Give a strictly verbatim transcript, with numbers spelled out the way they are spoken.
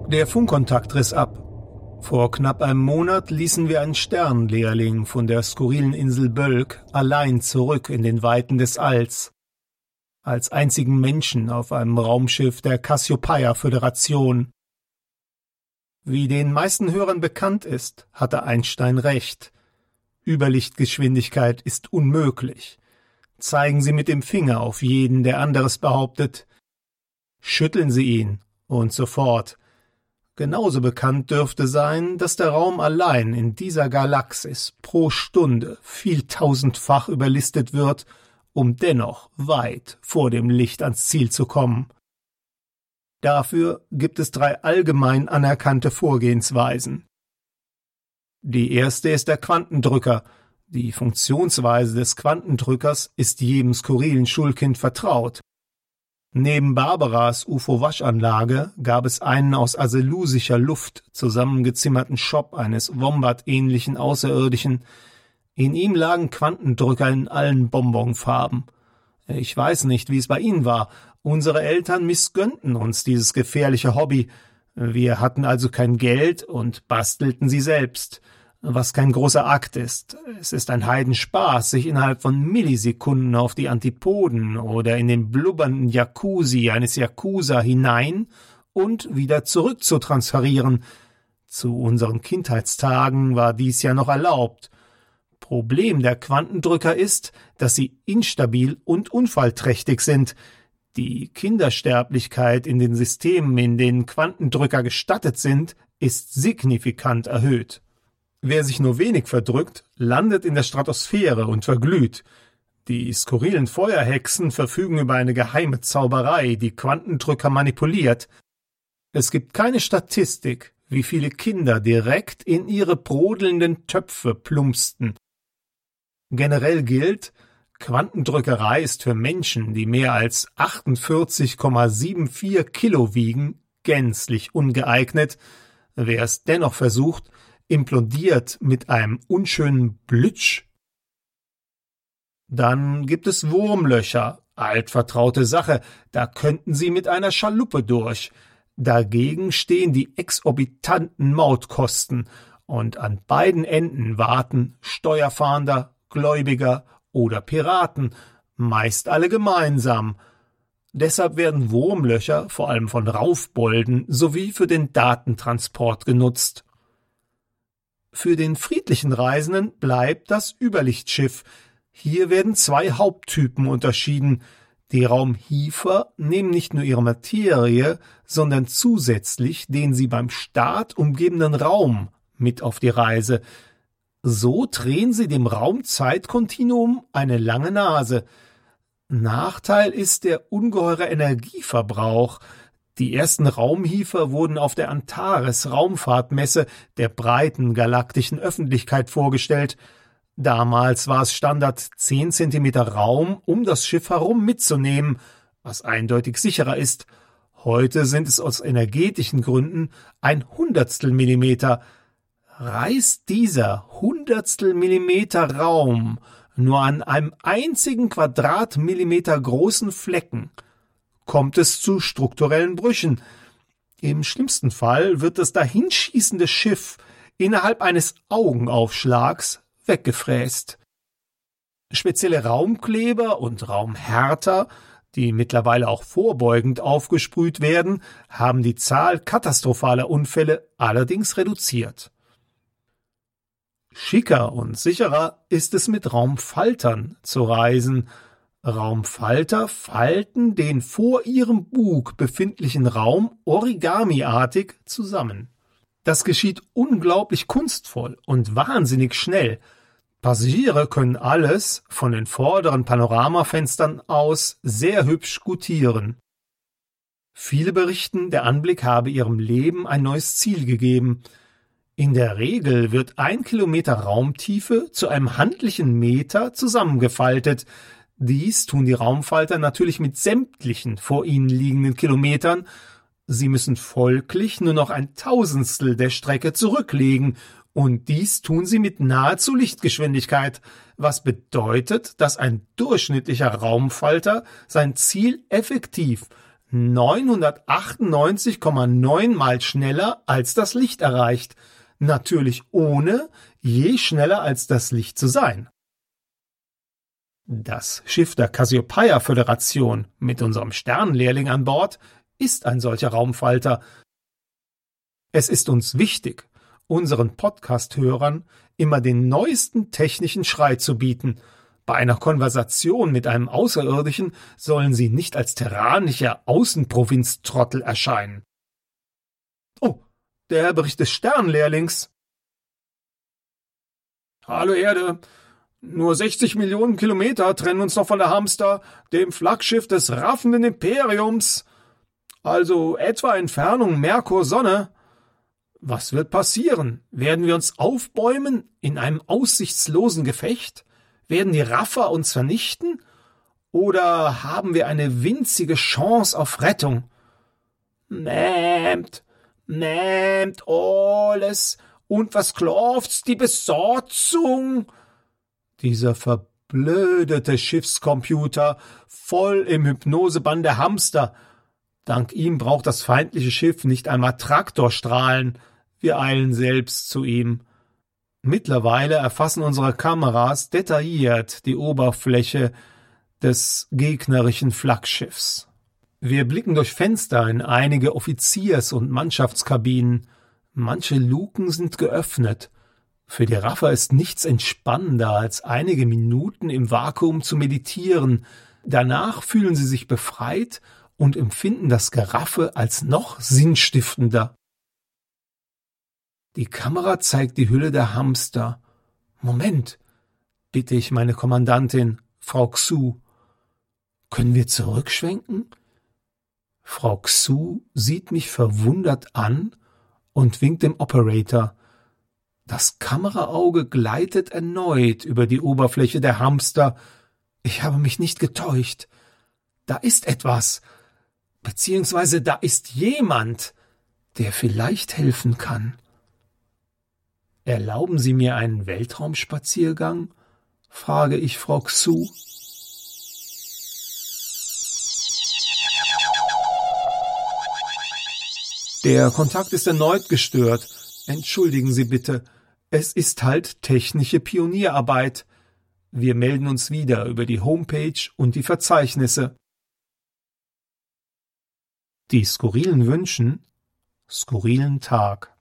Der Funkkontakt riss ab. Vor knapp einem Monat ließen wir einen Sternlehrling von der skurrilen Insel Bölk allein zurück in den Weiten des Alls. Als einzigen Menschen auf einem Raumschiff der Cassiopeia-Föderation. Wie den meisten Hörern bekannt ist, hatte Einstein recht. Überlichtgeschwindigkeit ist unmöglich. Zeigen Sie mit dem Finger auf jeden, der anderes behauptet. Schütteln Sie ihn und sofort. Genauso bekannt dürfte sein, dass der Raum allein in dieser Galaxis pro Stunde vieltausendfach überlistet wird, um dennoch weit vor dem Licht ans Ziel zu kommen. Dafür gibt es drei allgemein anerkannte Vorgehensweisen. Die erste ist der Quantendrücker. Die Funktionsweise des Quantendrückers ist jedem skurrilen Schulkind vertraut. Neben Barbaras U F O-Waschanlage gab es einen aus aselusischer Luft zusammengezimmerten Shop eines Wombat-ähnlichen Außerirdischen. In ihm lagen Quantendrücker in allen Bonbonfarben. Ich weiß nicht, wie es bei Ihnen war. Unsere Eltern missgönnten uns dieses gefährliche Hobby. Wir hatten also kein Geld und bastelten sie selbst. Was kein großer Akt ist. Es ist ein Heidenspaß, sich innerhalb von Millisekunden auf die Antipoden oder in den blubbernden Jacuzzi eines Yakuza hinein und wieder zurück zu transferieren. Zu unseren Kindheitstagen war dies ja noch erlaubt. Problem der Quantendrücker ist, dass sie instabil und unfallträchtig sind. Die Kindersterblichkeit in den Systemen, in denen Quantendrücker gestattet sind, ist signifikant erhöht. Wer sich nur wenig verdrückt, landet in der Stratosphäre und verglüht. Die skurrilen Feuerhexen verfügen über eine geheime Zauberei, die Quantendrücker manipuliert. Es gibt keine Statistik, wie viele Kinder direkt in ihre brodelnden Töpfe plumpsten. Generell gilt, Quantendrückerei ist für Menschen, die mehr als achtundvierzig Komma vierundsiebzig Kilo wiegen, gänzlich ungeeignet. Wer es dennoch versucht, implodiert mit einem unschönen Blitsch. Dann gibt es Wurmlöcher, altvertraute Sache, da könnten Sie mit einer Schaluppe durch. Dagegen stehen die exorbitanten Mautkosten, und an beiden Enden warten Steuerfahnder, Gläubiger oder Piraten, meist alle gemeinsam. Deshalb werden Wurmlöcher vor allem von Raufbolden sowie für den Datentransport genutzt. Für den friedlichen Reisenden bleibt das Überlichtschiff. Hier werden zwei Haupttypen unterschieden. Die Raumhiefer nehmen nicht nur ihre Materie, sondern zusätzlich den sie beim Start umgebenden Raum mit auf die Reise. So drehen sie dem Raumzeitkontinuum eine lange Nase. Nachteil ist der ungeheure Energieverbrauch. Die ersten Raumhiefer wurden auf der Antares-Raumfahrtmesse der breiten galaktischen Öffentlichkeit vorgestellt. Damals war es Standard, zehn Zentimeter Raum um das Schiff herum mitzunehmen, was eindeutig sicherer ist. Heute sind es aus energetischen Gründen ein Hundertstel Millimeter. Reißt dieser Hundertstel Millimeter Raum nur an einem einzigen Quadratmillimeter großen Flecken, kommt es zu strukturellen Brüchen. Im schlimmsten Fall wird das dahinschießende Schiff innerhalb eines Augenaufschlags weggefräst. Spezielle Raumkleber und Raumhärter, die mittlerweile auch vorbeugend aufgesprüht werden, haben die Zahl katastrophaler Unfälle allerdings reduziert. Schicker und sicherer ist es mit Raumfaltern zu reisen. Raumfalter falten den vor ihrem Bug befindlichen Raum origamiartig zusammen. Das geschieht unglaublich kunstvoll und wahnsinnig schnell. Passagiere können alles von den vorderen Panoramafenstern aus sehr hübsch gutieren. Viele berichten, der Anblick habe ihrem Leben ein neues Ziel gegeben. In der Regel wird ein Kilometer Raumtiefe zu einem handlichen Meter zusammengefaltet. Dies tun die Raumfalter natürlich mit sämtlichen vor ihnen liegenden Kilometern. Sie müssen folglich nur noch ein Tausendstel der Strecke zurücklegen, und dies tun sie mit nahezu Lichtgeschwindigkeit, was bedeutet, dass ein durchschnittlicher Raumfalter sein Ziel effektiv neunhundertachtundneunzig Komma neun Mal schneller als das Licht erreicht. Natürlich ohne je schneller als das Licht zu sein. Das Schiff der Cassiopeia-Föderation mit unserem Sternenlehrling an Bord ist ein solcher Raumfalter. Es ist uns wichtig, unseren Podcast-Hörern immer den neuesten technischen Schrei zu bieten. Bei einer Konversation mit einem Außerirdischen sollen sie nicht als terranischer Außenprovinztrottel erscheinen. Oh, der Bericht des Sternenlehrlings. Hallo Erde, nur sechzig Millionen Kilometer trennen uns noch von der Hamster, dem Flaggschiff des raffenden Imperiums. Also etwa Entfernung Merkur-Sonne. Was wird passieren? Werden wir uns aufbäumen in einem aussichtslosen Gefecht? Werden die Raffer uns vernichten? Oder haben wir eine winzige Chance auf Rettung? Nehmt, nehmt alles. Und was klopft's, die Besatzung? Dieser verblödete Schiffscomputer, voll im Hypnosebann der Hamster. Dank ihm braucht das feindliche Schiff nicht einmal Traktorstrahlen. Wir eilen selbst zu ihm. Mittlerweile erfassen unsere Kameras detailliert die Oberfläche des gegnerischen Flaggschiffs. Wir blicken durch Fenster in einige Offiziers- und Mannschaftskabinen. Manche Luken sind geöffnet. Für die Raffer ist nichts entspannender, als einige Minuten im Vakuum zu meditieren. Danach fühlen sie sich befreit und empfinden das Geraffe als noch sinnstiftender. Die Kamera zeigt die Hülle der Hamster. Moment, bitte ich meine Kommandantin, Frau Xu. Können wir zurückschwenken? Frau Xu sieht mich verwundert an und winkt dem Operator. Das Kameraauge gleitet erneut über die Oberfläche der Hamster. Ich habe mich nicht getäuscht. Da ist etwas, beziehungsweise da ist jemand, der vielleicht helfen kann. Erlauben Sie mir einen Weltraumspaziergang? Frage ich Frau Xu. Der Kontakt ist erneut gestört. Entschuldigen Sie bitte. Es ist halt technische Pionierarbeit. Wir melden uns wieder über die Homepage und die Verzeichnisse. Die Skurrilen wünschen skurrilen Tag.